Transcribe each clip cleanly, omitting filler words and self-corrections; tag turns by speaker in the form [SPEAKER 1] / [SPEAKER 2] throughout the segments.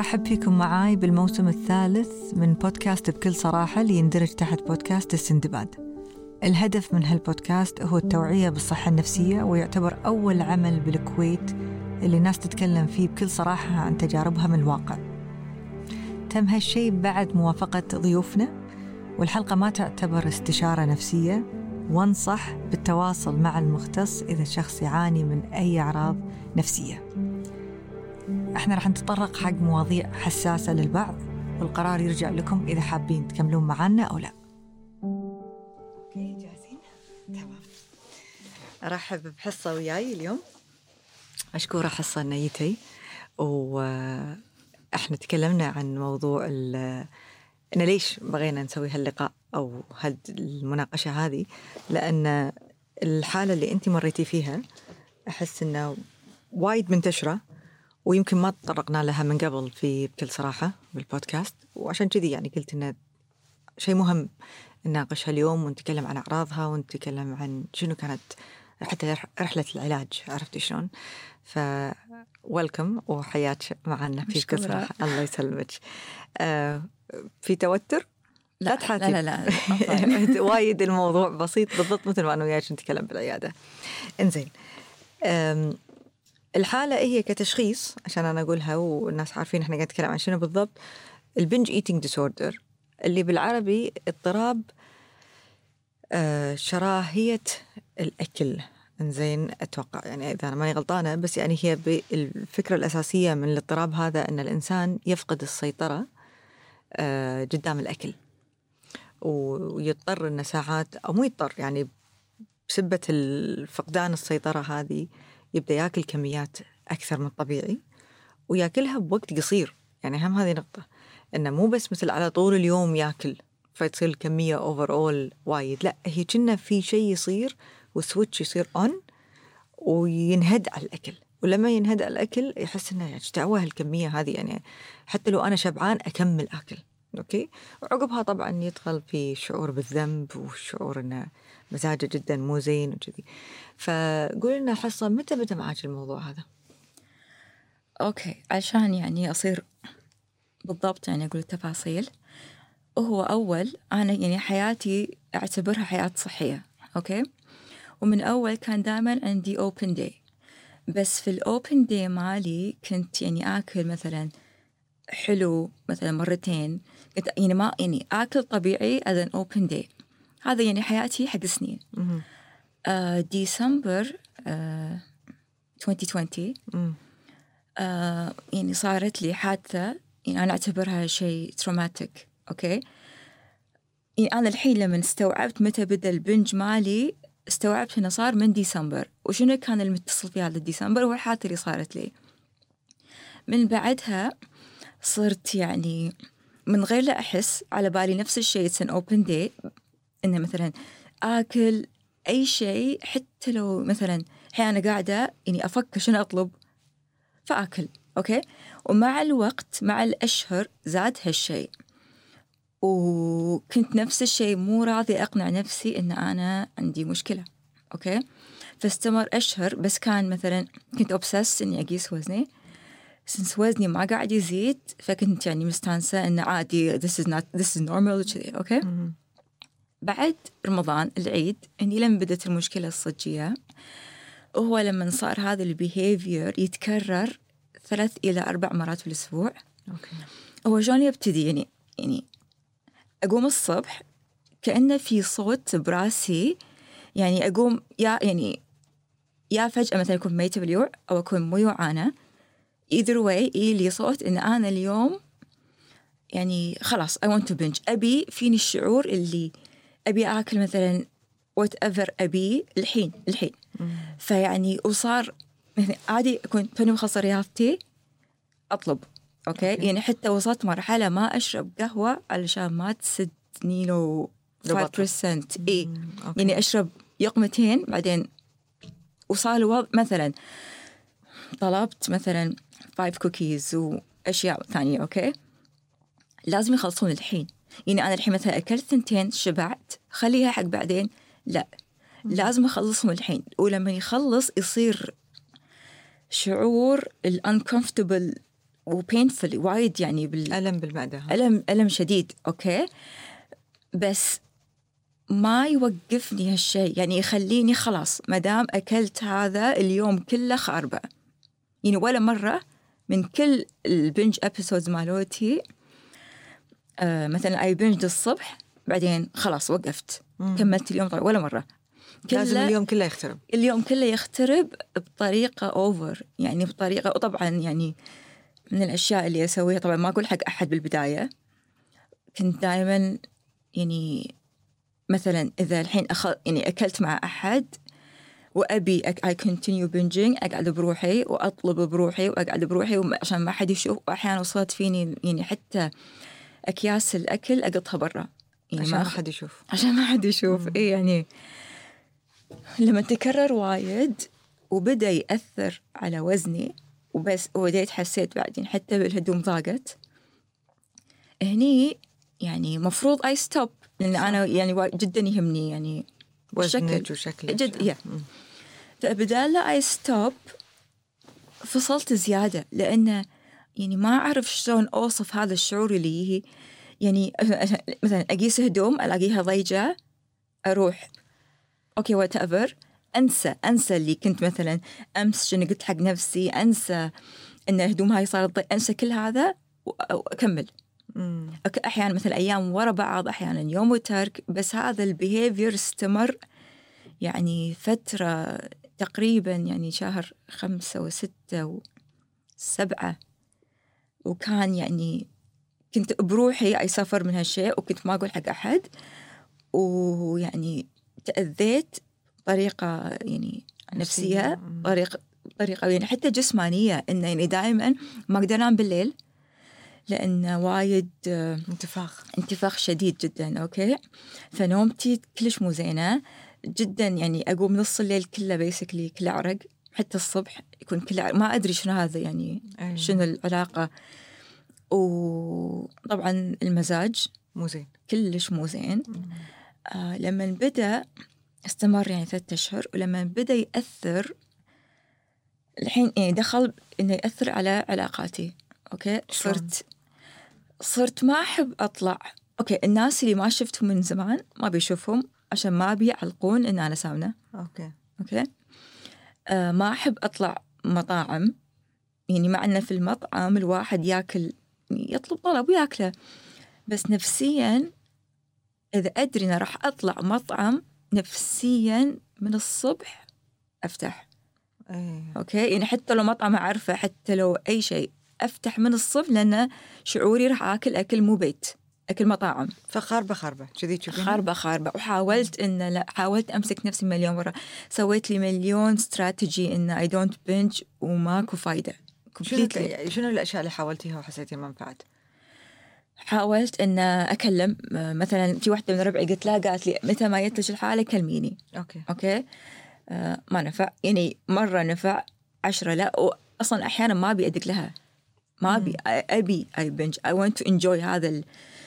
[SPEAKER 1] أرحب فيكم معاي بالموسم الثالث من بودكاست بكل صراحة اللي يندرج تحت بودكاست السندباد. الهدف من هالبودكاست هو التوعية بالصحة النفسية، ويعتبر أول عمل بالكويت اللي الناس تتكلم فيه بكل صراحة عن تجاربها من الواقع. تم هالشيء بعد موافقة ضيوفنا، والحلقة ما تعتبر استشارة نفسية، وانصح بالتواصل مع المختص إذا الشخص يعاني من أي أعراض نفسية. احنا راح نتطرق حق مواضيع حساسة للبعض، والقرار يرجع لكم إذا حابين تكملون معنا أو لا. اوكي، جاهزين؟ تمام. أرحب بحصة وياي اليوم، مشكورة حصة نيتي. وإحنا تكلمنا عن موضوع إن ليش بغينا نسوي هاللقاء أو هالمناقشة هذه، لأن الحالة اللي أنت مريتي فيها أحس إنه وايد منتشرة، ويمكن ما تطرقنا لها من قبل في بكل صراحة بالبودكاست، وعشان كذي يعني قلت إنه شيء مهم نناقشها اليوم ونتكلم عن أعراضها ونتكلم عن شنو كانت حتى رحلة العلاج، عرفتي شلون؟ فويلكم وحياك معنا في بكل صراحة. الله يسلمك. في توتر؟
[SPEAKER 2] لا
[SPEAKER 1] تحاتي.
[SPEAKER 2] لا
[SPEAKER 1] وايد الموضوع بسيط بالضبط مثل ما أنا وياك نتكلم بالعيادة. إنزين، الحالة هي كتشخيص عشان أنا أقولها والناس عارفين إحنا قاعد نتكلم عن شنو بالضبط. البنج إيتينج ديسوردر، اللي بالعربي اضطراب شراهية الأكل. إنزين، أتوقع يعني إذا أنا ماني غلطانة، بس يعني هي الفكرة الأساسية من الاضطراب هذا أن الإنسان يفقد السيطرة قدام الأكل، ويضطر إن ساعات أو مو يضطر، يعني بسبة الفقدان السيطرة هذه يبدأ يأكل كميات أكثر من الطبيعي، ويأكلها بوقت قصير. يعني هم هذه نقطة، إنه مو بس مثل على طول اليوم يأكل فتصير الكمية overall وايد، لا، هي كنا في شيء يصير وسويتش يصير on وينهد على الأكل، ولما ينهد على الأكل يحس إنه تعوه الكمية هذه، يعني حتى لو أنا شبعان أكمل أكل. أوكي، وعقبها طبعا يدخل في شعور بالذنب وشعور إنه مزاجه جدا مو زين وكذي. فقول لنا حصة، متى بدأ معاك الموضوع هذا؟
[SPEAKER 2] أوكي، عشان يعني أصير بالضبط يعني أقول التفاصيل. وهو أول أنا يعني حياتي أعتبرها حياة صحية، أوكي، ومن أول كان دائما عندي open day، بس في الopen day مالي كنت يعني آكل مثلا حلو مثلا مرتين، كنت يعني ما يعني آكل طبيعي as an open day. هذا يعني حياتي حق سنين. ديسمبر 2020 يعني صارت لي حادثة، يعني أنا أعتبرها شيء تروماتيك. أوكي، يعني أنا الحين لما استوعبت متى بدأ البنج مالي، استوعبت إنه صار من ديسمبر، وشنو كان المتصل في هذا ديسمبر هو الحادثة اللي صارت لي. من بعدها صرت يعني من غير لا أحس على بالي نفس الشيء it's an open day، إنه مثلا آكل أي شيء، حتى لو مثلا الحين أنا قاعدة يعني أفكر شنو أطلب فأكل. أوكي، ومع الوقت مع الأشهر زاد هالشيء، وكنت نفس الشيء مو راضي أقنع نفسي إن أنا عندي مشكلة. أوكي، فاستمر أشهر، بس كان مثلا كنت أوبسس إني أقيس وزني، سنس وزني ما قاعد يزيد، فكنت يعني مستانسة إن عادي this is normal كذي. أوكي، بعد رمضان العيد إني لما بدت المشكلة الصجية، وهو لما صار هذا البيهيفير يتكرر 3 إلى 4 مرات في الأسبوع.
[SPEAKER 1] أوكي،
[SPEAKER 2] هو شلون يبتدي؟ يعني أقوم الصبح كأنه في صوت براسي، يعني أقوم يا فجأة مثلا أكون ميتة باليوع أو أكون مو يوعانة، either way لي صوت إن أنا اليوم يعني خلاص I want to binge، أبي فيني الشعور اللي أبي آكل مثلا whatever أبي الحين. فيعني وصار يعني عادي أكون توني مخلصة رياضتي أطلب. أوكي، يعني حتى وصلت مرحلة ما أشرب قهوة علشان ما تسدني لو 5%. يعني أشرب يقمتين بعدين. وصار الوضع مثلا طلبت مثلا 5 كوكيز وأشياء ثانية، أوكي، لازم يخلصون الحين. يعني أنا الحين مثلا أكلت 2 شبعت، خليها حق بعدين، لا، لازم أخلصهم الحين. ولما يخلص يصير شعور الانكمفتبل وبينفل وايد يعني
[SPEAKER 1] ألم بالمعدة.
[SPEAKER 2] ألم شديد. أوكي، بس ما يوقفني هالشيء، يعني يخليني خلاص مدام أكلت هذا اليوم كله خاربة. يعني ولا مرة من كل البنج أبيسودز مالوتي مثلا أي بنج الصبح بعدين خلاص وقفت كملت اليوم طيب، ولا مرة.
[SPEAKER 1] لازم اليوم كله يخترب.
[SPEAKER 2] اليوم كله يخترب بطريقة أوفر، يعني بطريقة. وطبعا يعني من الأشياء اللي أسويها، طبعا ما أقول حق أحد بالبداية، كنت دائما يعني مثلا إذا الحين يعني أكلت مع أحد وأبي I continue binging، أقعد بروحي وأطلب بروحي وأقعد بروحي عشان ما حد يشوف. وأحيانا وصلت فيني يعني حتى أكياس الأكل أقطها برا، يعني
[SPEAKER 1] عشان ما حد يشوف.
[SPEAKER 2] عشان ما حد يشوف. إيه يعني لما تكرر وايد وبدأ يأثر على وزني وبس، وبدأت حسيت بعدين حتى بالهدوم ضاقت. هني يعني مفروض أي ستوب، لأن أنا يعني جدا يهمني يعني
[SPEAKER 1] وزنك وشكلك
[SPEAKER 2] جد. فبدال لا أي ستوب فصلت زيادة، لأنه يعني ما أعرف شلون أوصف هذا الشعور اللي هي يعني مثلا أقيس هدوم ألاقيها ضيجة، أروح أوكي whatever، أنسى اللي كنت مثلا أمس شنو قلت حق نفسي، أنسى إن الهدوم هاي صارت أنسى كل هذا وأكمل. أحيانا مثلا أيام ورا بعض، أحيانا يوم وترك، بس هذا البيهيفير استمر يعني فترة تقريبا يعني شهر 5 و6 و7، وكان يعني كنت بروحي أي سفر من هالشيء، وكنت ما أقول حق أحد، ويعني تأذيت طريقة يعني نفسية، طريقة يعني حتى جسمانية، إنه يعني دائما ما أقدر أنام بالليل لأن وايد انتفاخ شديد جدا. أوكي، فنومتي كلش مو زينة جدا، يعني أقوم نص الليل كله بيسكلي كله عرق، حتى الصبح يكون كله ما أدري شنو هذا يعني شنو العلاقة. وطبعا المزاج
[SPEAKER 1] مو زين،
[SPEAKER 2] كلش مو زين. لما بدأ استمر يعني 3 أشهر، ولما بدأ يأثر الحين يعني دخل إنه يأثر على علاقاتي. أوكي، صرت ما أحب أطلع. أوكي، الناس اللي ما شفتهم من زمان ما بيشوفهم عشان ما بيعلقون إن أنا سامنة. أوكي ما أحب أطلع مطاعم، يعني مع أنه في المطعم الواحد يأكل يطلب طلب ويأكله، بس نفسيا إذا أدري أنا راح أطلع مطعم نفسيا من الصبح أفتح. أوكي، يعني حتى لو مطعم أعرفه، حتى لو أي شيء أفتح من الصبح، لأن شعوري راح أكل أكل مو بيت، أكل مطاعم.
[SPEAKER 1] فخاربة كذي تشوفين؟
[SPEAKER 2] خاربة. وحاولت إن لا، حاولت أمسك نفسي مليون مرة، سويت لي مليون استراتيجي إن I don't binge وماكو فايدة.
[SPEAKER 1] شنو الأشياء اللي حاولتيها وحسيتي ما نفعت؟
[SPEAKER 2] حاولت إن أكلم مثلا في واحدة من ربعي قالت لي متى ما يتلج الحالة كلميني. أوكي ما نفع، يعني مرة نفع 10 لا. وأصلا أحيانا ما أبي أدق لها، ما أبي I binge. I want to enjoy هذا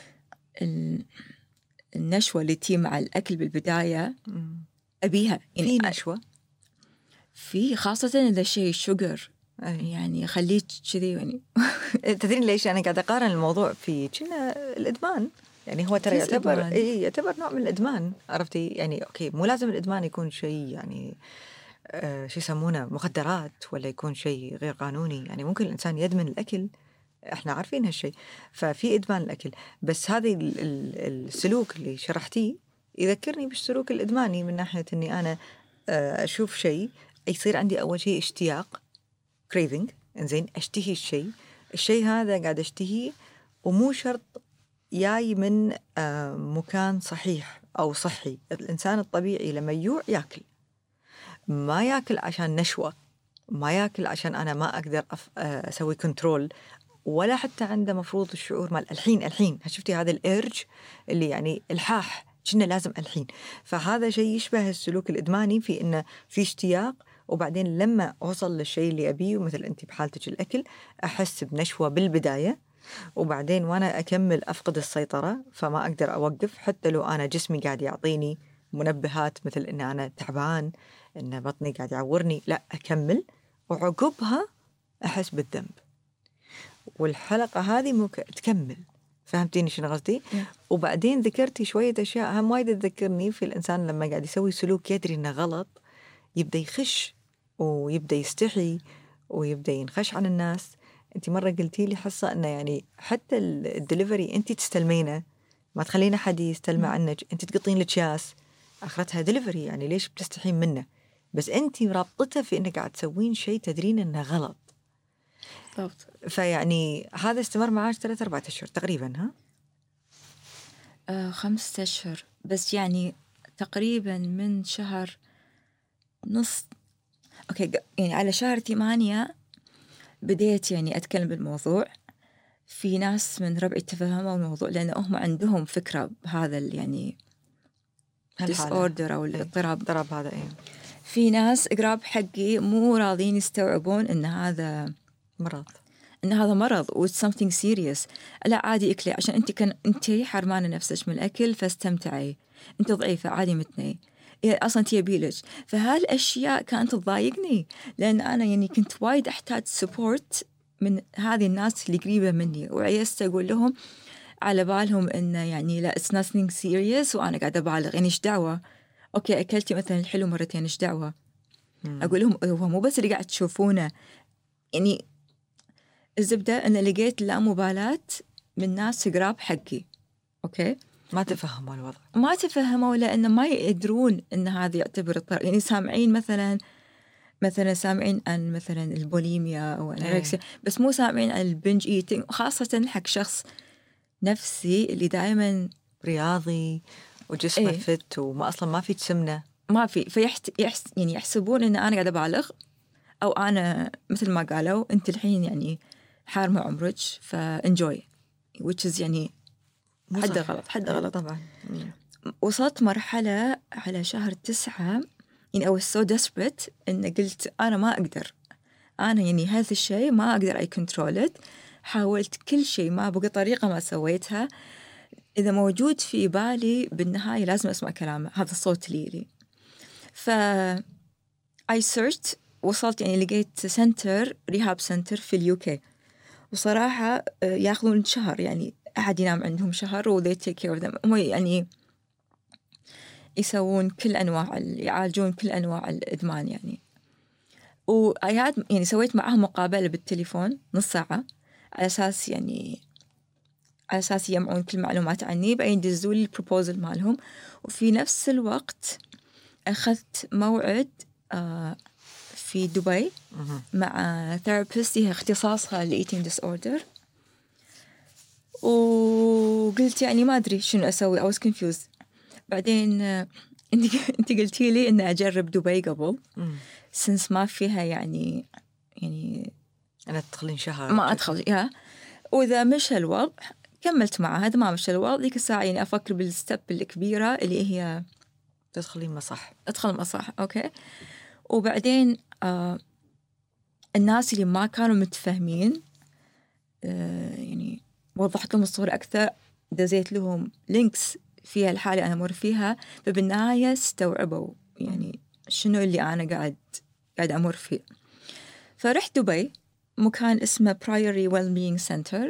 [SPEAKER 2] النشوة اللي تي مع الأكل بالبداية. أبيها يعني
[SPEAKER 1] في نشوة،
[SPEAKER 2] في خاصة إذا شيء شوجر يعني خليك كذي يعني.
[SPEAKER 1] تدرين ليش أنا قاعدة أقارن الموضوع في كنا الإدمان، يعني هو ترى يعتبر نوع من الإدمان، عرفتي يعني. أوكي، مو لازم الإدمان يكون شيء يعني شيء يسمونه مخدرات، ولا يكون شيء غير قانوني. يعني ممكن الإنسان يدمن الأكل، إحنا عارفين هالشيء، ففي إدمان الأكل. بس هذه السلوك اللي شرحتيه يذكرني بالسلوك الإدماني، من ناحية إني أنا أشوف شيء يصير عندي أول شيء اشتياق craving، إنزين أشتهي الشيء هذا قاعد أشتهيه، ومو شرط جاي من مكان صحيح أو صحي. الإنسان الطبيعي لما يجوع يأكل، ما يأكل عشان نشوة، ما يأكل عشان أنا ما أقدر أسوي كنترول، ولا حتى عنده مفروض الشعور مال الحين شفتي هذا الإرج اللي يعني الحاح كنا لازم الحين. فهذا شيء يشبه السلوك الإدماني، في إنه في اشتياق، وبعدين لما أوصل للشيء اللي أبيه، ومثل أنت بحالتك الأكل، أحس بنشوة بالبداية، وبعدين وأنا أكمل أفقد السيطرة، فما أقدر أوقف، حتى لو أنا جسمي قاعد يعطيني منبهات مثل إن أنا تعبان، إن بطني قاعد يعورني، لا أكمل، وعقبها أحس بالذنب. والحلقة هذه ممكن تكمل. فهمتيني شنو قصدي؟ وبعدين ذكرتي شوية أشياء هم وايد تذكرني في الإنسان لما قاعد يسوي سلوك يدري إنه غلط يبدأ يخش ويبدأ يستحي ويبدأ ينخش عن الناس. أنت مرة قلتي لي حصة إنه يعني حتى الدليفري أنت تستلمينه، ما تخلين أحد يستلمه عنك، أنت تقطين الأكياس آخرتها دليفري، يعني ليش بتستحين منه؟ بس أنت رابطته في إنك قاعد تسوين شيء تدرين إنه غلط.
[SPEAKER 2] بالضبط.
[SPEAKER 1] فيعني هذا استمر معاك 3-4 أشهر تقريبا؟ ها
[SPEAKER 2] 5 أشهر بس، يعني تقريبا من شهر نص أوكي يعني على شهر 8 بديت يعني أتكلم بالموضوع. في ناس من ربعي تفهموا الموضوع لأن هم عندهم فكرة بهذا يعني disorder أو الاضطراب
[SPEAKER 1] هذا.
[SPEAKER 2] في ناس قراب حقي مو راضين يستوعبون إن هذا مرض و something serious. لا عادي أكلي عشان أنت حرمانة نفسك من الأكل فاستمتعي، أنت ضعيفة عادي متني أصلا تيبيلك. فهالأشياء كانت تضايقني لأن أنا يعني كنت وايد أحتاج support من هذه الناس اللي قريبة مني، وعيست أقول لهم على بالهم إنه يعني لا it's nothing serious وأنا قاعدة أبالغ، يعني إيش دعوة؟ أوكي أكلتي مثلا الحلو مرتين إيش دعوة؟ أقول لهم هو مو بس اللي قاعد تشوفونه. يعني الزبدة أنا لقيت لا مبالاة من ناس قراب حقي. أوكي
[SPEAKER 1] ما تفهموا الوضع،
[SPEAKER 2] ما تفهموا لأن ما يقدرون إن هذا يعتبر اضطراب. يعني سامعين مثلا سامعين عن مثلا البوليميا أو الأنوركسيا بس مو سامعين عن البنج إيتينج، خاصة حق شخص نفسي اللي دائما
[SPEAKER 1] رياضي وجسمه فت وما أصلا ما في سمنة
[SPEAKER 2] ما في يعني يحسبون إن أنا قاعدة أبالغ، أو أنا مثل ما قالوا أنت الحين يعني حارمة عمرك فانجوي which is يعني حد غلط
[SPEAKER 1] طبعا.
[SPEAKER 2] وصلت مرحلة على شهر 9 يعني I was so desperate إن قلت أنا ما أقدر، أنا يعني هذا الشيء ما أقدر I control it. حاولت كل شيء ما بقى طريقة ما سويتها. إذا موجود في بالي بالنهاية لازم أسمع كلامه، هذا الصوت لي. ف I searched وصلت يعني لقيت ريهاب سنتر في اليوكي، وصراحة يأخذون شهر، يعني أحد ينام عندهم شهر و they take care of them. هم يعني يسوون يعالجون كل أنواع الإدمان يعني. وآيات يعني سويت معهم مقابلة بالتليفون نص ساعة على أساس يجمعون كل معلومات عني بعدين يدزوا لي البروبوزل مالهم. وفي نفس الوقت أخذت موعد في دبي مع ثيرابيست هي اختصاصها الإيتينج disorder. وقلت يعني ما أدري شنو أسوي I was confused. بعدين أنت قلتي لي إن أجرب دبي قبل since ما فيها يعني
[SPEAKER 1] أنا تدخلين شهر
[SPEAKER 2] ما أدخل وإذا مش الوضع كملت معها، هذا ما مش الوضع ذيك الساعة يعني أفكر بالستب الكبيرة اللي هي
[SPEAKER 1] تدخلين مصح.
[SPEAKER 2] أدخل مصح. أوكي. وبعدين الناس اللي ما كانوا متفاهمين يعني وضحت لهم الصورة أكثر، دزيت لهم لينكس فيها الحالة أنا أمر فيها، فبالنهاية استوعبوا يعني شنو اللي أنا قاعد أمر فيه. فرحت دبي مكان اسمه Priory Wellbeing Center،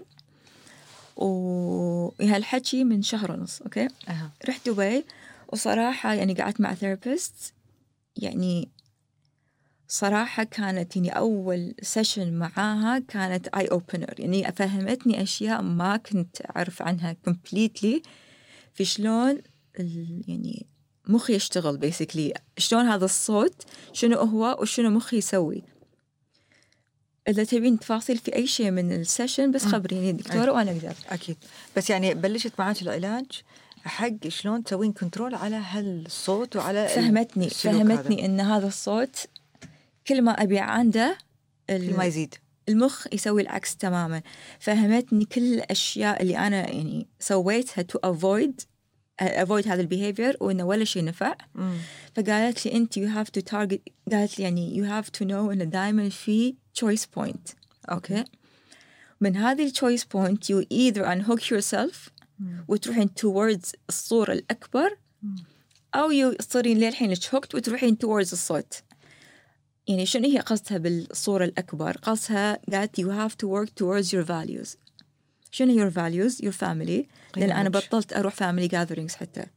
[SPEAKER 2] وهالحكي من شهر ونص. أوكي. رحت دبي وصراحة يعني قعدت مع ثيرابيست، يعني صراحة كانت يعني أول سيشن معاها كانت آي أوبنر، يعني فهمتني أشياء ما كنت أعرف عنها completely في شلون يعني مخي يشتغل basically، شلون هذا الصوت شنو هو وشنو مخي يسوي. إذا تبين تفاصيل في أي شيء من السيشن بس خبريني دكتورة وأنا أقدر.
[SPEAKER 1] أكيد. بس يعني بلشت معاك العلاج حق شلون تسوين كنترول على هالصوت وعلى
[SPEAKER 2] فهمتني إن هذا الصوت كل ما أبي عنده
[SPEAKER 1] كل ما يزيد
[SPEAKER 2] المخ يسوي العكس تماما. فهمتني كل الأشياء اللي أنا يعني سويتها to avoid هذا الbehavior وإنه ولا شيء نفع. فقالت لي أنت you have to target، قالت لي يعني you have to know إنه دائما في choice point. أوكي. من هذه choice point you either unhook yourself وتروحين towards الصورة الأكبر، أو تصيرين للحين hooked وتروحين towards الصوت. يعني شنو هي قصدها بالصورة الأكبر؟ قصدها قالت you have to work towards your values. شنو your values؟ your family. لأن أنا بطلت أروح family gatherings حتى.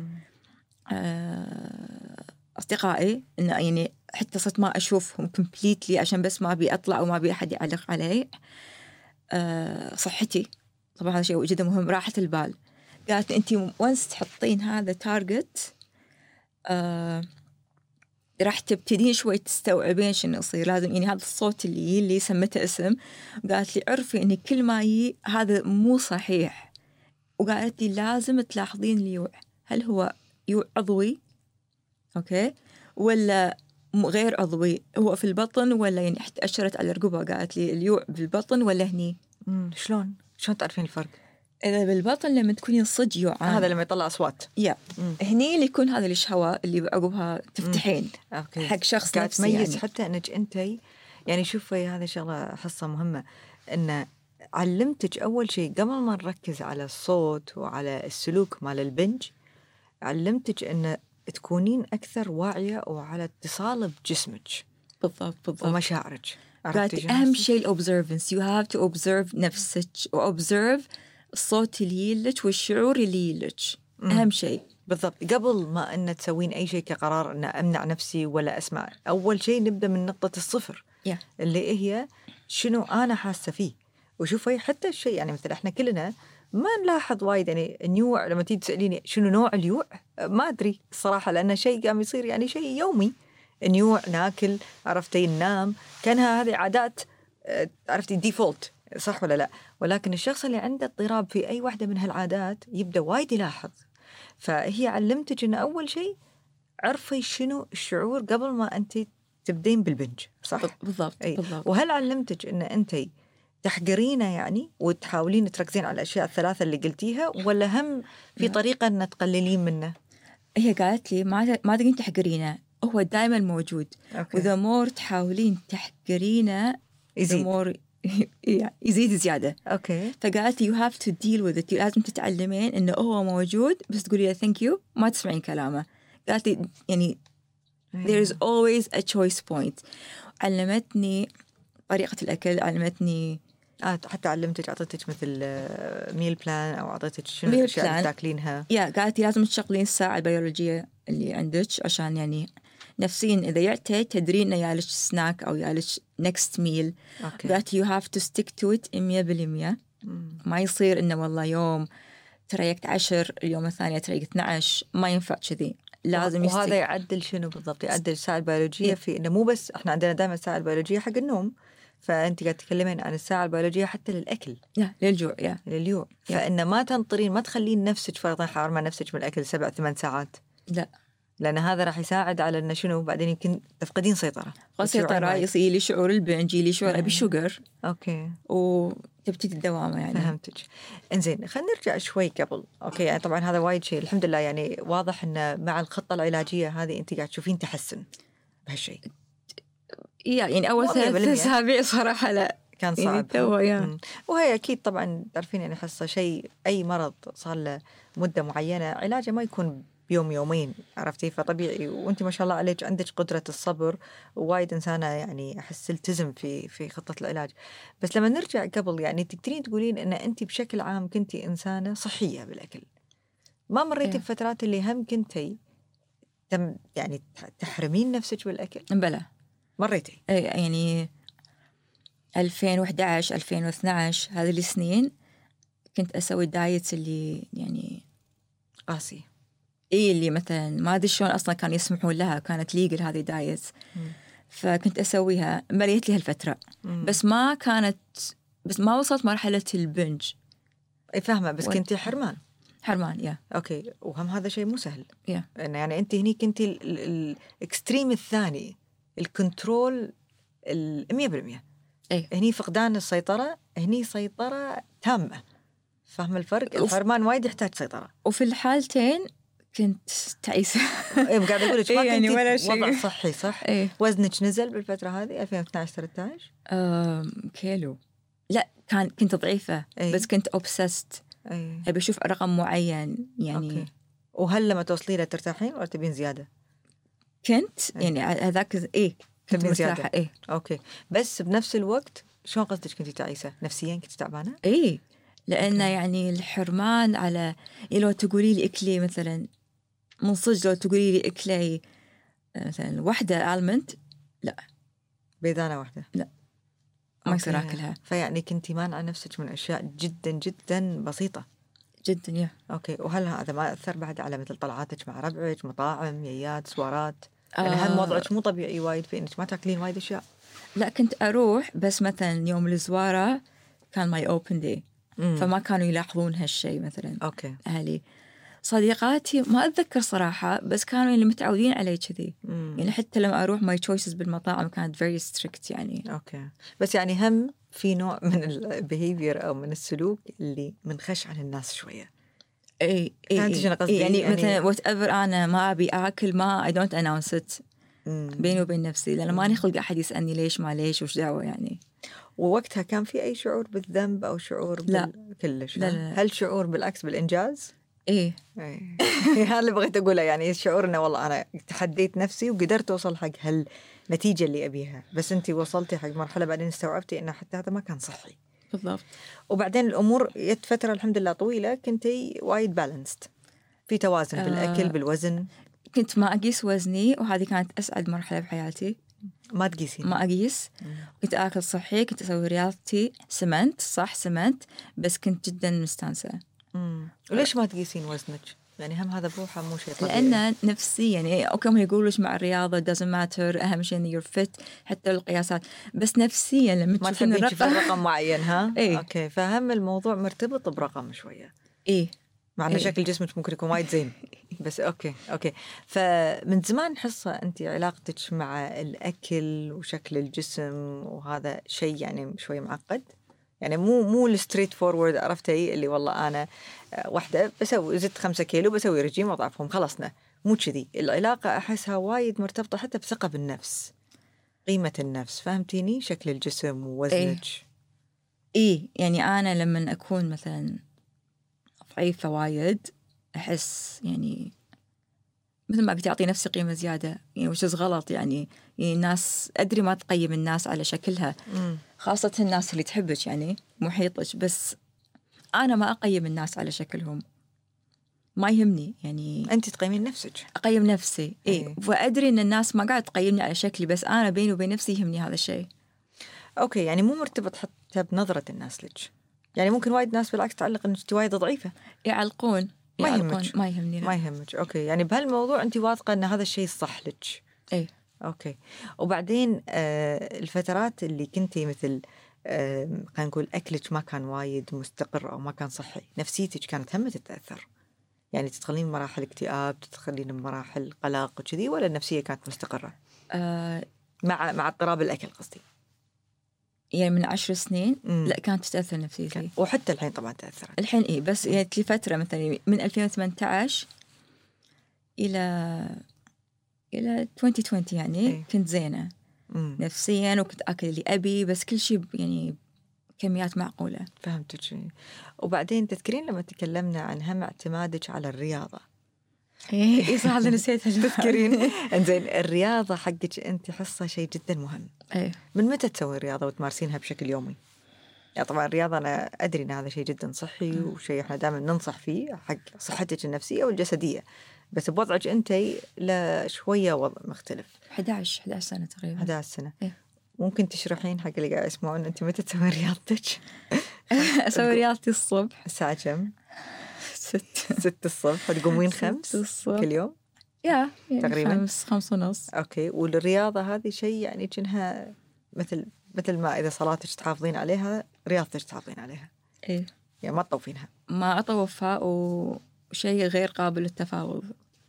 [SPEAKER 2] أصدقائي إن يعني حتى صرت ما أشوفهم completely عشان بس ما أبي أطلع وما أبي أحد يعلق علي. صحتي طبعا هذا شيء جدا مهم. راحة البال. قالت أنتي once تحطين هذا target راح تبتدين شوي تستوعبين شنو يصير. لازم يعني هذا الصوت اللي سمته اسم. قالت لي عرفي إن كل ما هذا مو صحيح. وقالت لي لازم تلاحظين اليوع، هل هو يوع عضوي أوكي ولا غير عضوي، هو في البطن ولا يعني حتى أشرت على رقبة قالت لي اليوع بالبطن ولا هني.
[SPEAKER 1] شلون تعرفين الفرق؟
[SPEAKER 2] إذا بالبطن لما تكونين صج يوعان
[SPEAKER 1] هذا لما يطلع أصوات
[SPEAKER 2] هني اللي يكون هذا الشهوة اللي عقبها تفتحين حق شخص
[SPEAKER 1] قاعد تميز
[SPEAKER 2] يعني.
[SPEAKER 1] حتى أنك أنتي يعني شوفي هذه شغلة حصة مهمة، إن علمتك أول شيء قبل ما نركز على الصوت وعلى السلوك مال البنج، علمتك إن تكونين أكثر واعية وعلى اتصال بجسمك
[SPEAKER 2] بالضبط
[SPEAKER 1] ومشاعرك.
[SPEAKER 2] قالت أهم شيء الobservance. you have to observe نفسك وobserve الصوت اللي يلك والشعور اللي يلك. أهم شيء
[SPEAKER 1] بالضبط. قبل ما أن تسوين أي شيء كقرار أن أمنع نفسي ولا أسمع، أول شيء نبدأ من نقطة الصفر اللي هي شنو أنا حاسة فيه. وشوفي حتى الشيء يعني مثل إحنا كلنا ما نلاحظ وايد يعني النيوع. لما تيجي تسأليني شنو نوع اليوع ما أدري الصراحة، لأن شيء قام يصير يعني شيء يومي. النيوع ناكل، عرفتي ننام، كانها هذه عادات عرفتي ديفولت، صح ولا لا؟ ولكن الشخص اللي عنده اضطراب في أي واحدة من هالعادات يبدأ وايد يلاحظ. فهي علمتك إن أول شيء عرفي شنو الشعور قبل ما أنت تبدين بالبنج، صح؟
[SPEAKER 2] بالضبط.
[SPEAKER 1] وهل علمتك إن أنت تحقرينه يعني وتحاولين تركزين على الأشياء الثلاثة اللي قلتيها، ولا هم في طريقة أن تقللين منه؟
[SPEAKER 2] هي قالت لي ما تقدرين تحقرينه، هو دائما موجود. وإذا مور تحاولين تحقرينه يزيد زيادة. فقالت لي you have to deal with it. لازم تتعلمين إنه هو موجود بس تقولي له thank you ما تسمعين كلامه. قالت لي يعني there is always a choice point. علمتني طريقة الأكل، علمتني
[SPEAKER 1] حتى علمتك أعطيتك مثل ميل بلان أو أعطيتك شنو الأشياء اللي تاكلينها.
[SPEAKER 2] قالت لي لازم تشغلين الساعة البيولوجية اللي عندك عشان يعني نفسيا إذا يعتي تدرين إنه يالش سناك أو يالش next meal. قالت you have to stick to it 100%. ما يصير إنه والله يوم تريقت 10 اليوم الثاني تريقت 12، ما ينفع كذي. لازم
[SPEAKER 1] وهذا يعدل شنو بالضبط؟ يعدل الساعة البيولوجية في إنه مو بس إحنا عندنا دائما الساعة البيولوجية حق النوم، فأنت قاعد تتكلمين عن الساعة البيولوجية حتى للأكل
[SPEAKER 2] للجوع
[SPEAKER 1] لليوم. فإن ما تنطرين ما تخلين نفسك فرضاً حارمة نفسك من الأكل 7-8 ساعات،
[SPEAKER 2] لا،
[SPEAKER 1] لأن هذا راح يساعد على إنه شنو بعدين يمكن تفقدين سيطرة.
[SPEAKER 2] يصير لي شعور البنج، لي شعور أبي شوجر. وتبتدي الدوامة يعني.
[SPEAKER 1] فهمتك. إنزين خلينا نرجع شوي قبل. يعني طبعا هذا وايد شيء الحمد لله يعني واضح إنه مع الخطة العلاجية هذه أنت قاعد تشوفين تحسن بهالشيء.
[SPEAKER 2] يعني أول 3 أسابيع صراحة لا
[SPEAKER 1] كان صعب
[SPEAKER 2] يعني
[SPEAKER 1] وهي أكيد طبعا تعرفين يعني حصة شيء أي مرض صار له مدة معينة علاجه ما يكون بيوم يومين، عرفتي؟ فطبيعي. وانت ما شاء الله عليك عندك قدرة الصبر، ووايد إنسانة يعني أحس التزم في خطة العلاج. بس لما نرجع قبل يعني تقدرين تقولين إن أنت بشكل عام كنتي إنسانة صحية بالأكل، ما مريتي بفترات اللي هم كنتي يعني تحرمين نفسك بالأكل؟
[SPEAKER 2] بلا
[SPEAKER 1] مريتي
[SPEAKER 2] يعني 2011 2012 هذه السنين كنت أسوي دايت اللي يعني
[SPEAKER 1] قاسي.
[SPEAKER 2] اللي مثلا ما أدري شلون أصلا كانوا يسمحون لها، كانت ليجل هذه دايت. فكنت أسويها، مريت لي هالفترة. بس ما وصلت مرحلة البنج.
[SPEAKER 1] فاهمة، بس كنتي حرمان
[SPEAKER 2] أوكي.
[SPEAKER 1] وهم هذا شيء مو سهل. يعني أنت هني كنتي الإكستريم الثاني، الكنترول 100%. هني فقدان السيطرة، هني سيطرة تامة. فاهم الفرق؟ الحرمان وايد يحتاج سيطرة.
[SPEAKER 2] وفي الحالتين كنت تعيسة.
[SPEAKER 1] قاعد أقول لك ما
[SPEAKER 2] يعني
[SPEAKER 1] كنتي وضع صحي صح؟ وزنك نزل بالفترة هذه 2012-13؟
[SPEAKER 2] كيلو. لا كنت ضعيفة. بس كنت obsessed. أبي أشوف رقم معين يعني.
[SPEAKER 1] وهل لما توصلي له ترتاحين ولا تبين زيادة؟
[SPEAKER 2] كنت يعني هذاك كنت
[SPEAKER 1] تبين زيادة.
[SPEAKER 2] مرتاحة. إيه
[SPEAKER 1] أوكي، بس بنفس الوقت شلون قصدك كنتي تعيسة نفسيا؟ كنتي تعبانة؟
[SPEAKER 2] إيه لأن
[SPEAKER 1] أوكي.
[SPEAKER 2] يعني الحرمان على لو تقولي لي أكلي مثلا من صدق، لو تقولي لي أكلي مثلا واحدة آلمنت، لا
[SPEAKER 1] بيدانة واحدة
[SPEAKER 2] لا ما يصير
[SPEAKER 1] أوكي.
[SPEAKER 2] أكلها.
[SPEAKER 1] فيعني كنتي مانعة نفسك من أشياء جدا جدا بسيطة.
[SPEAKER 2] جدا يا
[SPEAKER 1] أوكي، وهل هذا ما أثر بعد على مثل طلعاتك مع ربعك، مطاعم، ييات، سوارات؟ يعني هم وضعك مو طبيعي وايد في إنك ما تاكلين وايد أشياء.
[SPEAKER 2] لا كنت أروح بس مثلا يوم الزوارة كان ماي أوبن داي، فما كانوا يلاحظون هالشيء مثلا.
[SPEAKER 1] أوكي.
[SPEAKER 2] أهلي صديقاتي ما أتذكر صراحة، بس كانوا اللي متعودين عليه كذي. يعني حتى لما أروح ماي تشويسز بالمطاعم كانت very strict يعني.
[SPEAKER 1] أوكي، بس يعني هم في نوع من البيهيفير أو من السلوك اللي منخش عن الناس شوية.
[SPEAKER 2] اي
[SPEAKER 1] فهمتي شنو قصدي؟
[SPEAKER 2] يعني مثلا وات ايفر انا ما ابي اكل، ما اي دونت اناونس ات بيني وبين نفسي، لان ماني خلق احد يسالني ليش ما ليش وش دعوه يعني.
[SPEAKER 1] ووقتها كان في أي شعور بالذنب أو شعور
[SPEAKER 2] لا.
[SPEAKER 1] كلش؟
[SPEAKER 2] لا لا.
[SPEAKER 1] هل شعور بالعكس بالإنجاز؟
[SPEAKER 2] ايه
[SPEAKER 1] هذا اللي بغيت أقوله، يعني الشعور إنه والله أنا تحديت نفسي وقدرت أوصل حق هالنتيجة اللي أبيها، بس أنتي وصلتي حق مرحلة بعدين استوعبتي إنه حتى هذا ما كان صحي.
[SPEAKER 2] بالضبط.
[SPEAKER 1] وبعدين الأمور جت فترة الحمد لله طويلة كنتي وايد بالانست، في توازن بالأكل بالوزن.
[SPEAKER 2] كنت ما أقيس وزني، وهذه كانت أسعد مرحلة بحياتي.
[SPEAKER 1] ما تقيسين؟
[SPEAKER 2] ما أقيس. كنت آكل صحي، كنت أسوي رياضتي، سمنت صح سمنت، بس كنت جدا مستانسة.
[SPEAKER 1] وليش ما تقيسين وزنك؟ يعني هم هذا بروحه مو شيء طبيعي.
[SPEAKER 2] لأن نفسيا يعني أوكي هم يقولوا مع الرياضة doesn't matter، أهم شيء إن you're fit حتى القياسات، بس نفسيا لما
[SPEAKER 1] ما
[SPEAKER 2] تشوفين
[SPEAKER 1] تحبين تشوفين
[SPEAKER 2] الرقم
[SPEAKER 1] رقم معين ها؟
[SPEAKER 2] إيه؟
[SPEAKER 1] أوكي، فهم الموضوع مرتبط برقم شوية.
[SPEAKER 2] إيه
[SPEAKER 1] مع أن شكل جسمك ممكن يكون وايد زين بس أوكي. فمن زمان حصة أنت علاقتك مع الأكل وشكل الجسم وهذا شيء يعني شوي معقد، يعني مو الستريت فورورد، عرفتي اللي والله أنا واحدة بسوي زدت 5 كيلو بسوي رجيم وأضعفهم خلصنا، مو كذي. العلاقة أحسها وايد مرتبطة حتى بثقة بالنفس، قيمة النفس، فهمتيني؟ شكل الجسم ووزنك.
[SPEAKER 2] إيه يعني أنا لما أكون مثلا ضعيفة وايد أحس يعني مثل ما قلت أعطي نفسي قيمة زيادة، يعني وش غلط يعني الناس أدري ما تقيم الناس على شكلها، خاصة الناس اللي تحبك يعني محيطك، بس أنا ما أقيم الناس على شكلهم، ما يهمني يعني.
[SPEAKER 1] أنت تقيمين نفسك؟
[SPEAKER 2] أقيم نفسي إيه، وأدري إن الناس ما قاعد تقيمني على شكلي، بس أنا بيني وبين نفسي يهمني هذا الشيء.
[SPEAKER 1] أوكي، يعني مو مرتبط حتى بنظرة الناس لك، يعني ممكن وايد ناس بالعكس تعلق إنك وايد ضعيفة،
[SPEAKER 2] يعلقون
[SPEAKER 1] ما يهمك.
[SPEAKER 2] ما يهمني لا.
[SPEAKER 1] ما يهمك. أوكي، يعني بهالموضوع أنت واثقة إن هذا الشيء صح لك.
[SPEAKER 2] إيه
[SPEAKER 1] أوكي. وبعدين الفترات اللي كنتي مثل خلينا نقول أكلك ما كان وايد مستقر أو ما كان صحي، نفسيتك كانت هم تتأثر؟ يعني تدخلين مراحل اكتئاب، تدخلين مراحل قلق وكذي، ولا النفسية كانت مستقرة؟ مع اضطراب الأكل قصدي.
[SPEAKER 2] يعني من 10 سنين لا كانت تتأثر نفسيتي،
[SPEAKER 1] وحتى الحين طبعا تأثرت.
[SPEAKER 2] الحين إيه، بس يعني لي فترة مثلا من 2018 إلى 2020 يعني
[SPEAKER 1] إيه؟
[SPEAKER 2] كنت زينة نفسيا، وكنت أكل اللي أبي، بس كل شيء يعني كميات معقولة.
[SPEAKER 1] فهمتك شيء. وبعدين تذكرين لما تكلمنا عن هم اعتمادك على الرياضة؟
[SPEAKER 2] إيه صح نسيت
[SPEAKER 1] تذكرين؟ إنزين الرياضة حقك أنت حصة شيء جدا مهم.
[SPEAKER 2] إيه.
[SPEAKER 1] من متى تسوي الرياضة وتمارسينها بشكل يومي؟ يعني طبعا الرياضة أنا أدري أن هذا شيء جدا صحي وشيء إحنا دائما ننصح فيه حق صحتك النفسية والجسدية، بس بوضعك أنت لا شوية وضع مختلف.
[SPEAKER 2] 11 سنة تقريبا.
[SPEAKER 1] 11 سنة.
[SPEAKER 2] إيه.
[SPEAKER 1] ممكن تشرحين حق اللي قاعد يسمعون أنت متى تسوي رياضتك؟
[SPEAKER 2] أسوي رياضتي الصبح
[SPEAKER 1] الساعة كم؟
[SPEAKER 2] 6
[SPEAKER 1] الصبح. تقومين 5
[SPEAKER 2] الصبح
[SPEAKER 1] كل يوم؟
[SPEAKER 2] يعني
[SPEAKER 1] تقريبا
[SPEAKER 2] 5:30.
[SPEAKER 1] أوكي. والرياضة هذه شيء يعني كأنها مثل ما إذا صلاتك تحافظين عليها رياضتك تحافظين عليها.
[SPEAKER 2] إيه.
[SPEAKER 1] يعني ما تطوفينها.
[SPEAKER 2] ما أطوفها، وشيء غير قابل للتفاوض.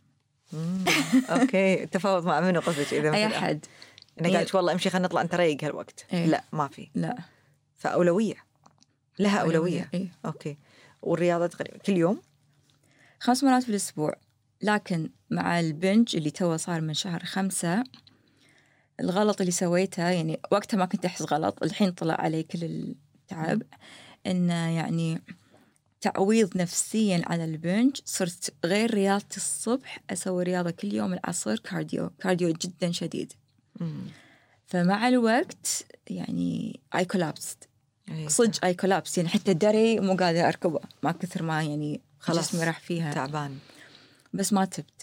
[SPEAKER 1] أوكي. التفاوض مع منو قصدك؟ إذا
[SPEAKER 2] أي أحد
[SPEAKER 1] أنا قالت والله امشي خلينا نطلع نتريق هالوقت.
[SPEAKER 2] إيه؟
[SPEAKER 1] لا ما في.
[SPEAKER 2] لا.
[SPEAKER 1] فأولوية لها أولوية.
[SPEAKER 2] إيه؟
[SPEAKER 1] أوكي. والرياضة تقريبا كل يوم
[SPEAKER 2] 5 مرات في الأسبوع، لكن مع البنج اللي توه صار من شهر 5 الغلط اللي سويته، يعني وقتها ما كنت أحس غلط، الحين طلع علي كل التعب، إنه يعني تعويض نفسيا على البنج صرت غير رياضتي الصبح أسوي رياضة كل يوم العصر، كارديو جدا شديد. فمع الوقت يعني I collapsed.
[SPEAKER 1] أي
[SPEAKER 2] صدق I collapsed، يعني حتى الدري مو قادرة أركبه، ما كثر ما يعني
[SPEAKER 1] خلاص
[SPEAKER 2] جسمي راح فيها.
[SPEAKER 1] تعبان.
[SPEAKER 2] بس ما تبت.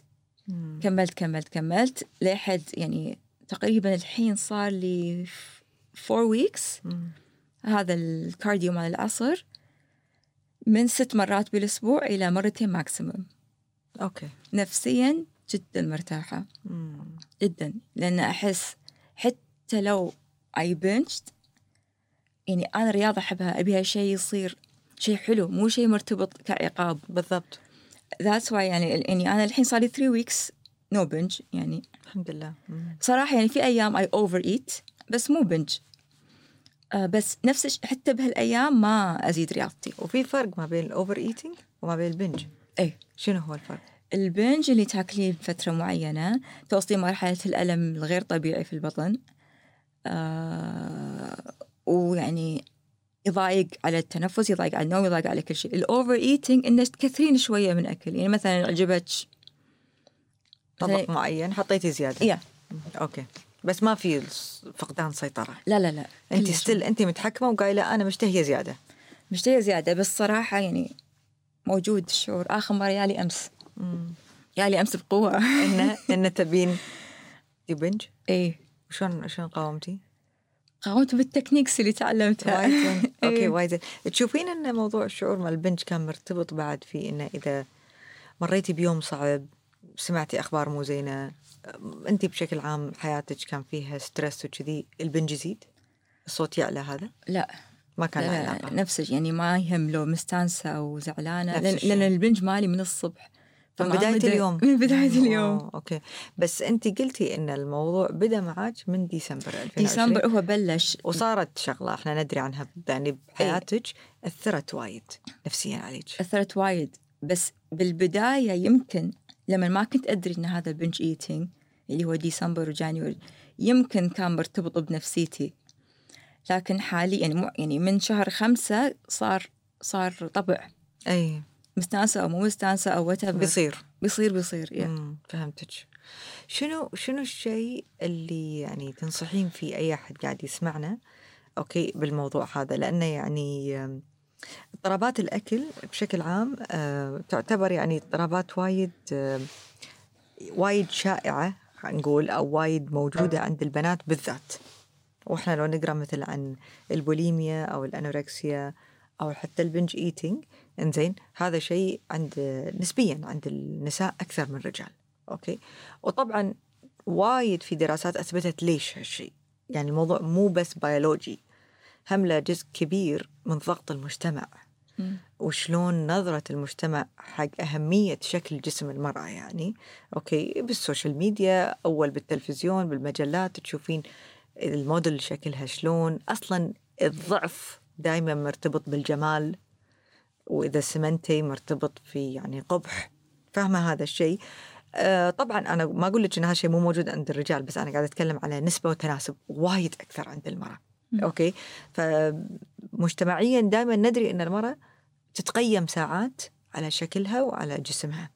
[SPEAKER 2] كملت لحد يعني تقريبا الحين صار لي 4 weeks. هذا الكارديو مال العصر من 6 مرات بالأسبوع إلى 2 مرات ماكسيموم.
[SPEAKER 1] أوكي.
[SPEAKER 2] نفسيا جدا مرتاحة جدا، لأن أحس حتى لو I binged، يعني أنا رياضة أحبها، أبيها شيء يصير شيء حلو، مو شيء مرتبط كعقاب.
[SPEAKER 1] بالضبط.
[SPEAKER 2] That's why يعني أنا الحين صار لي 3 weeks no binge يعني
[SPEAKER 1] الحمد لله.
[SPEAKER 2] صراحة يعني في أيام I overeat بس مو binge. بس نفس حتى بهالأيام ما أزيد رياضتي.
[SPEAKER 1] وفي فرق ما بين الأوفر إيتينج وما بين البنج.
[SPEAKER 2] إيه.
[SPEAKER 1] شنو هو الفرق؟
[SPEAKER 2] البنج اللي تاكلين بفترة معينة توصلين مرحلة الألم الغير طبيعي في البطن، ويعني يضايق على التنفس، يضايق على النوم، يضايق على كل شيء. الأوفر إيتينج إنك تكثرين شوية من أكل، يعني مثلا عجبك
[SPEAKER 1] طبق معين حطيتي زيادة. أوكي. بس ما في فقدان سيطرة.
[SPEAKER 2] لا
[SPEAKER 1] أنت ستيل أنت متحكمة وقايلة أنا مشتهية زيادة.
[SPEAKER 2] بس صراحة يعني موجود الشعور. آخر مرة يالي أمس بقوة
[SPEAKER 1] إن تبين بنج.
[SPEAKER 2] إيه.
[SPEAKER 1] شلون قاومتي؟
[SPEAKER 2] قاومت بالتكنيكس اللي تعلمتها.
[SPEAKER 1] وايد. أوكي وايد. تشوفين إن موضوع الشعور مع البنج كان مرتبط بعد في إنه إذا مريتي بيوم صعب، سمعتي أخبار مو زينة، أنت بشكل عام حياتك كان فيها ستريس وكذي، البنج يزيد الصوت يعلى؟ هذا
[SPEAKER 2] لا
[SPEAKER 1] ما كان له علاقة.
[SPEAKER 2] نفسه يعني ما يهم لو مستانسة أو زعلانة، لأن البنج مالي من الصبح،
[SPEAKER 1] من بداية اليوم.
[SPEAKER 2] من بداية اليوم.
[SPEAKER 1] أوكي. بس أنت قلتي إن الموضوع بدأ معاك من ديسمبر 2020.
[SPEAKER 2] ديسمبر هو بلش،
[SPEAKER 1] وصارت شغلة إحنا ندري عنها يعني بحياتك أثرت وايد نفسيا عليك.
[SPEAKER 2] أثرت وايد، بس بالبداية يمكن لما ما كنت أدري إن هذا بنج إيتينج اللي هو ديسمبر وجانيوري يمكن كان مرتبط بنفسيتي، لكن حاليا يعني من شهر 5 صار طبع.
[SPEAKER 1] أي
[SPEAKER 2] مستانسة أو مو مستانسة أو whatever بيصير.
[SPEAKER 1] فهمتك. شنو الشيء اللي يعني تنصحين فيه أي أحد قاعد يسمعنا أوكي بالموضوع هذا؟ لأنه يعني اضطرابات الأكل بشكل عام تعتبر يعني اضطرابات وايد شائعة نقول، أو وايد موجودة عند البنات بالذات. وإحنا لو نقرأ مثل عن البوليميا أو الأنوركسيا أو حتى البنج إيتينج، إنزين هذا شيء نسبيا عند النساء أكثر من الرجال. أوكي. وطبعا وايد في دراسات أثبتت ليش هالشيء، يعني الموضوع مو بس بيولوجي، هم له جزء كبير من ضغط المجتمع وشلون نظرة المجتمع حق أهمية شكل جسم المرأة. يعني أوكي بالسوشيال ميديا، أول بالتلفزيون، بالمجلات تشوفين الموديل شكلها شلون. أصلا الضعف دائما مرتبط بالجمال، وإذا سمنتي مرتبط في يعني قبح. فاهمة هذا الشيء؟ طبعا أنا ما أقول لك إن هذا شيء مو موجود عند الرجال، بس أنا قاعدة أتكلم على نسبة وتناسب وايد أكثر عند المرأة. أوكي. فمجتمعيا دائما ندري إن المرأة تتقيم ساعات على شكلها وعلى جسمها.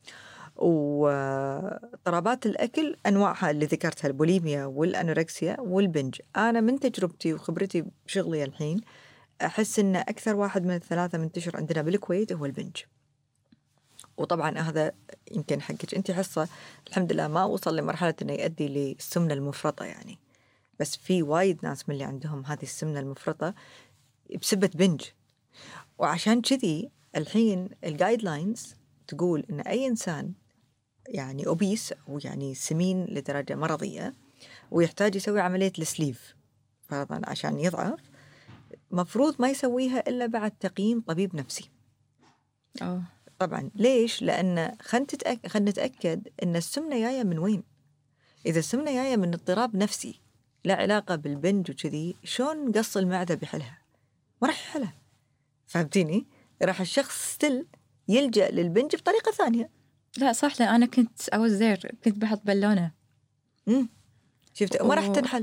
[SPEAKER 1] واضطرابات الأكل أنواعها اللي ذكرتها، البوليميا والأنوركسيا والبنج. أنا من تجربتي وخبرتي بشغلي الحين أحس إن أكثر واحد من الثلاثة منتشر عندنا بالكويت هو البنج. وطبعا هذا يمكن حقك أنت حصة الحمد لله ما وصل لمرحلة إنه يؤدي للسمنة المفرطة يعني، بس في وايد ناس من اللي عندهم هذه السمنة المفرطة بسبة بنج. وعشان كذي الحين الجايد لاينز تقول إن أي إنسان يعني أوبيس أو يعني سمين لدرجة مرضية ويحتاج يسوي عملية السليف فرضاً عشان يضعف، مفروض ما يسويها إلا بعد تقييم طبيب نفسي. طبعاً ليش؟ لأن خلنا نتأكد إن السمنة جاية من وين. إذا السمنة جاية من اضطراب نفسي لا علاقة بالبنج وكذي، شون قص المعدة بحلها؟ ما راح يحلها. فهمتيني؟ راح الشخص ستيل يلجأ للبنج بطريقة ثانية.
[SPEAKER 2] لا صح، أنا كنت كنت بحط بالونة.
[SPEAKER 1] شفت ما راح تنحل.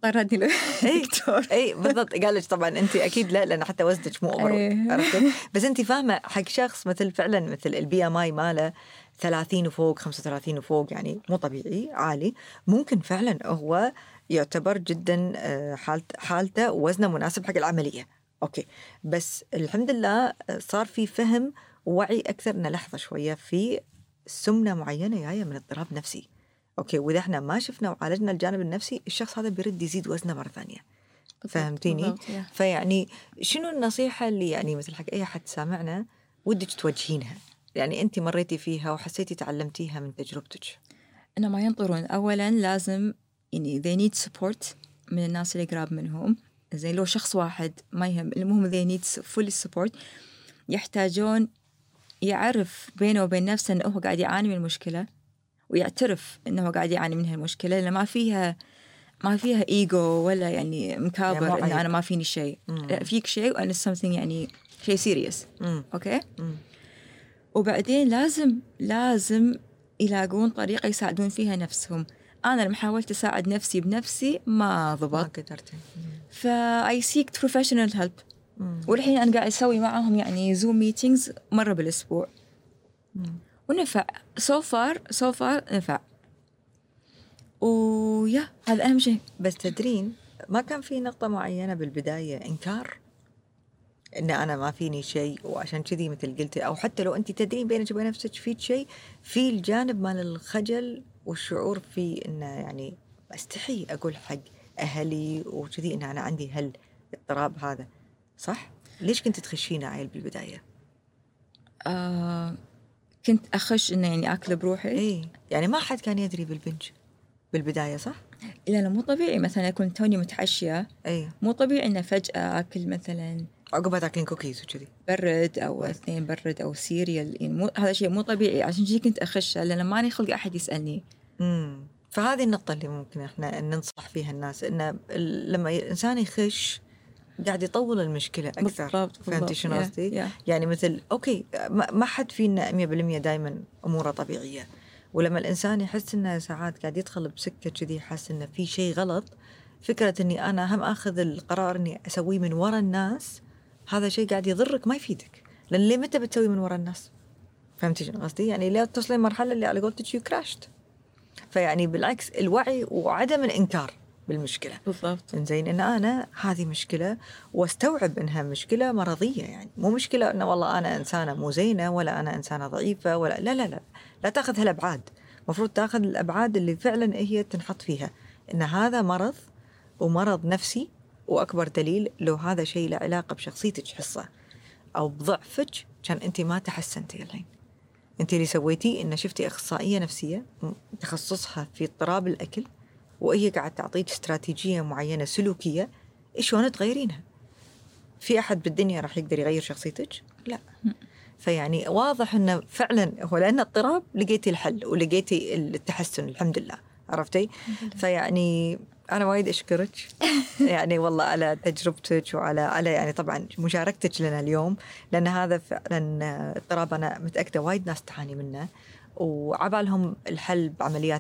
[SPEAKER 2] اضطرتني لدكتور.
[SPEAKER 1] اي بالضبط. قال لك طبعا انت اكيد لا، لان حتى وزنك مو اوفر، عرفتي؟ بس انت فاهمه حق شخص مثل فعلا مثل البي ام اي ماله 30 وفوق 35 وفوق، يعني مو طبيعي عالي، ممكن فعلا هو يعتبر جدا حالته وزنه مناسب حق العمليه. اوكي، بس الحمد لله صار في فهم ووعي اكثر، ان لحظه شويه في سمنه معينه جايه من اضطراب نفسي. اوكي، واذا احنا ما شفنا وعالجنا الجانب النفسي، الشخص هذا بيرد يزيد وزنه مره ثانيه. فهمتيني؟ فيعني شنو النصيحه اللي يعني مثل حق اي احد سامعنا ودك توجهينها، يعني انت مريتي فيها وحسيتي تعلمتيها من تجربتك؟
[SPEAKER 2] انه ما ينطرون. اولا لازم يعني they need support من الناس اللي قراب منهم. زي لو شخص واحد ما يهم، المهم they need full support. يحتاجون يعرف بينه وبين نفسه انه هو قاعد يعاني من المشكله، ويعترف انه هو قاعد يعاني من هالمشكله، لأن ما فيها ايجو ولا يعني مكابر يعني ان انا ما فيني شيء. لا، فيك شيء وأنا something يعني شيء سيريس. اوكي. وبعدين لازم يلاقون طريقه يساعدون فيها نفسهم. انا لما حاولت اساعد نفسي بنفسي ما ضبط،
[SPEAKER 1] ما قدرت.
[SPEAKER 2] I seeked professional help. والحين أنا قاعد أسوي معهم يعني زوم ميتينجز مرة بالأسبوع. ونفع so far نفع. ويا هذا أهم شيء.
[SPEAKER 1] بس تدرين ما كان في نقطة معينة بالبداية إنكار إن أنا ما فيني شيء، وعشان كذي مثل قلتي، أو حتى لو أنت تدرين بينك وبين نفسك فيك شيء، في الجانب مال الخجل والشعور في إنه يعني أستحي أقول حق أهلي وكذي إن أنا عندي الاضطراب هذا، صح؟ ليش كنت تخشينا عيل بالبداية؟
[SPEAKER 2] كنت أخش إنه يعني أكل بروحي.
[SPEAKER 1] إيه، يعني ما حد كان يدري بالبنج بالبداية، صح؟
[SPEAKER 2] لا مو طبيعي. مثلا أكون توني متعشية، مو طبيعي إنه فجأة أكل مثلا
[SPEAKER 1] عقبها تاكلين كوكيز وكذي
[SPEAKER 2] برد أو اثنين برد أو سيريال، يعني هذا شيء مو طبيعي. عشان شيء كنت أخشه، لأن ماني خلق أحد يسألني.
[SPEAKER 1] فهذه النقطة اللي ممكن إحنا ننصح فيها الناس، إنه لما الإنسان يخش قاعد يطول المشكلة أكثر. فهمتي شنو قصدي؟ يعني مثل أوكي، ما حد فينا 100% دايما أموره طبيعية، ولما الإنسان يحس إنه ساعات قاعد يدخل بسكة كذي، حاسس إنه في شيء غلط، فكرة إني أنا هم أخذ القرار إني أسويه من وراء الناس، هذا شيء قاعد يضرك ما يفيدك. لأن ليه متى بتسوي من وراء الناس؟ فهمتي شنو قصدي؟ يعني لا تصلين مرحلة اللي على قولتك يو كراشت. فيعني بالعكس، الوعي وعدم الإنكار بالمشكلة.
[SPEAKER 2] بالضبط.
[SPEAKER 1] إنزين إن أنا هذه مشكلة، واستوعب إنها مشكلة مرضية، يعني مو مشكلة إنه والله أنا إنسانة مو زينة ولا أنا إنسانة ضعيفة ولا لا تأخذ هالأبعاد. مفروض تأخذ الأبعاد اللي فعلا هي تنحط فيها إن هذا مرض ومرض نفسي، وأكبر دليل لو هذا شيء له علاقة بشخصيتك حصة أو بضعفك، كان أنت ما تحسنتي الحين. أنت اللي سويتي إن شفتي أخصائية نفسية تخصصها في اضطراب الأكل، وهي قاعد تعطيك استراتيجية معينة سلوكية، شلون تغيرينها؟ في أحد بالدنيا راح يقدر يغير شخصيتك؟ لا. فيعني واضح إنه فعلا هو لأن اضطراب لقيتي الحل ولقيتي التحسن، الحمد لله، عرفتي؟ فيعني أنا وايد أشكرك يعني والله على تجربتك وعلى يعني طبعا مشاركتك لنا اليوم، لأن هذا فعلا اضطراب أنا متأكدة وايد ناس تعاني منه، وعبالهم الحل بعمليات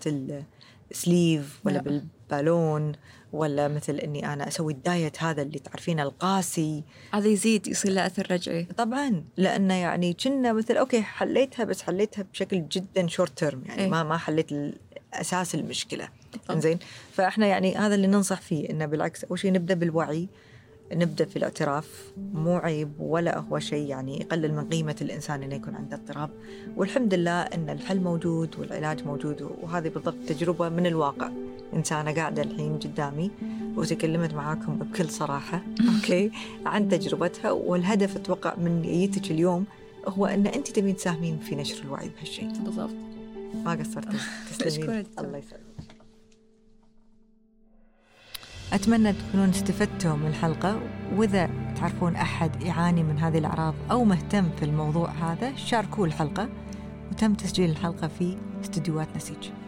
[SPEAKER 1] السليف ولا بالبالون، ولا مثل إني أنا أسوي الدايت هذا اللي تعرفينه القاسي،
[SPEAKER 2] هذا يصير له أثر رجعي
[SPEAKER 1] طبعا، لأنه يعني كنا مثل أوكي حليتها، بس حليتها بشكل جدا شورت تيرم، يعني ما حليت أساس المشكلة. إنزين، فإحنا يعني هذا اللي ننصح فيه، إنه بالعكس أول شيء نبدأ بالوعي، نبدأ في الاعتراف، مو عيب ولا هو شيء يعني يقلل من قيمة الإنسان إنه يكون عنده اضطراب، والحمد لله إن الحل موجود والعلاج موجود. وهذه بالضبط تجربة من الواقع، إنسانة قاعدة الحين قدامي وتكلمت معاكم بكل صراحة أوكي عن تجربتها، والهدف أتوقع من جيتك اليوم هو أن أنت تبين تساهمين في نشر الوعي بهالشيء.
[SPEAKER 2] بالضبط،
[SPEAKER 1] ما قصرتي. تسلمين، الله يسلمك. أتمنى تكونون استفدتوا من الحلقة، وإذا تعرفون أحد يعاني من هذه الأعراض أو مهتم في الموضوع هذا، شاركوا الحلقة. وتم تسجيل الحلقة في استديوهات نسيج.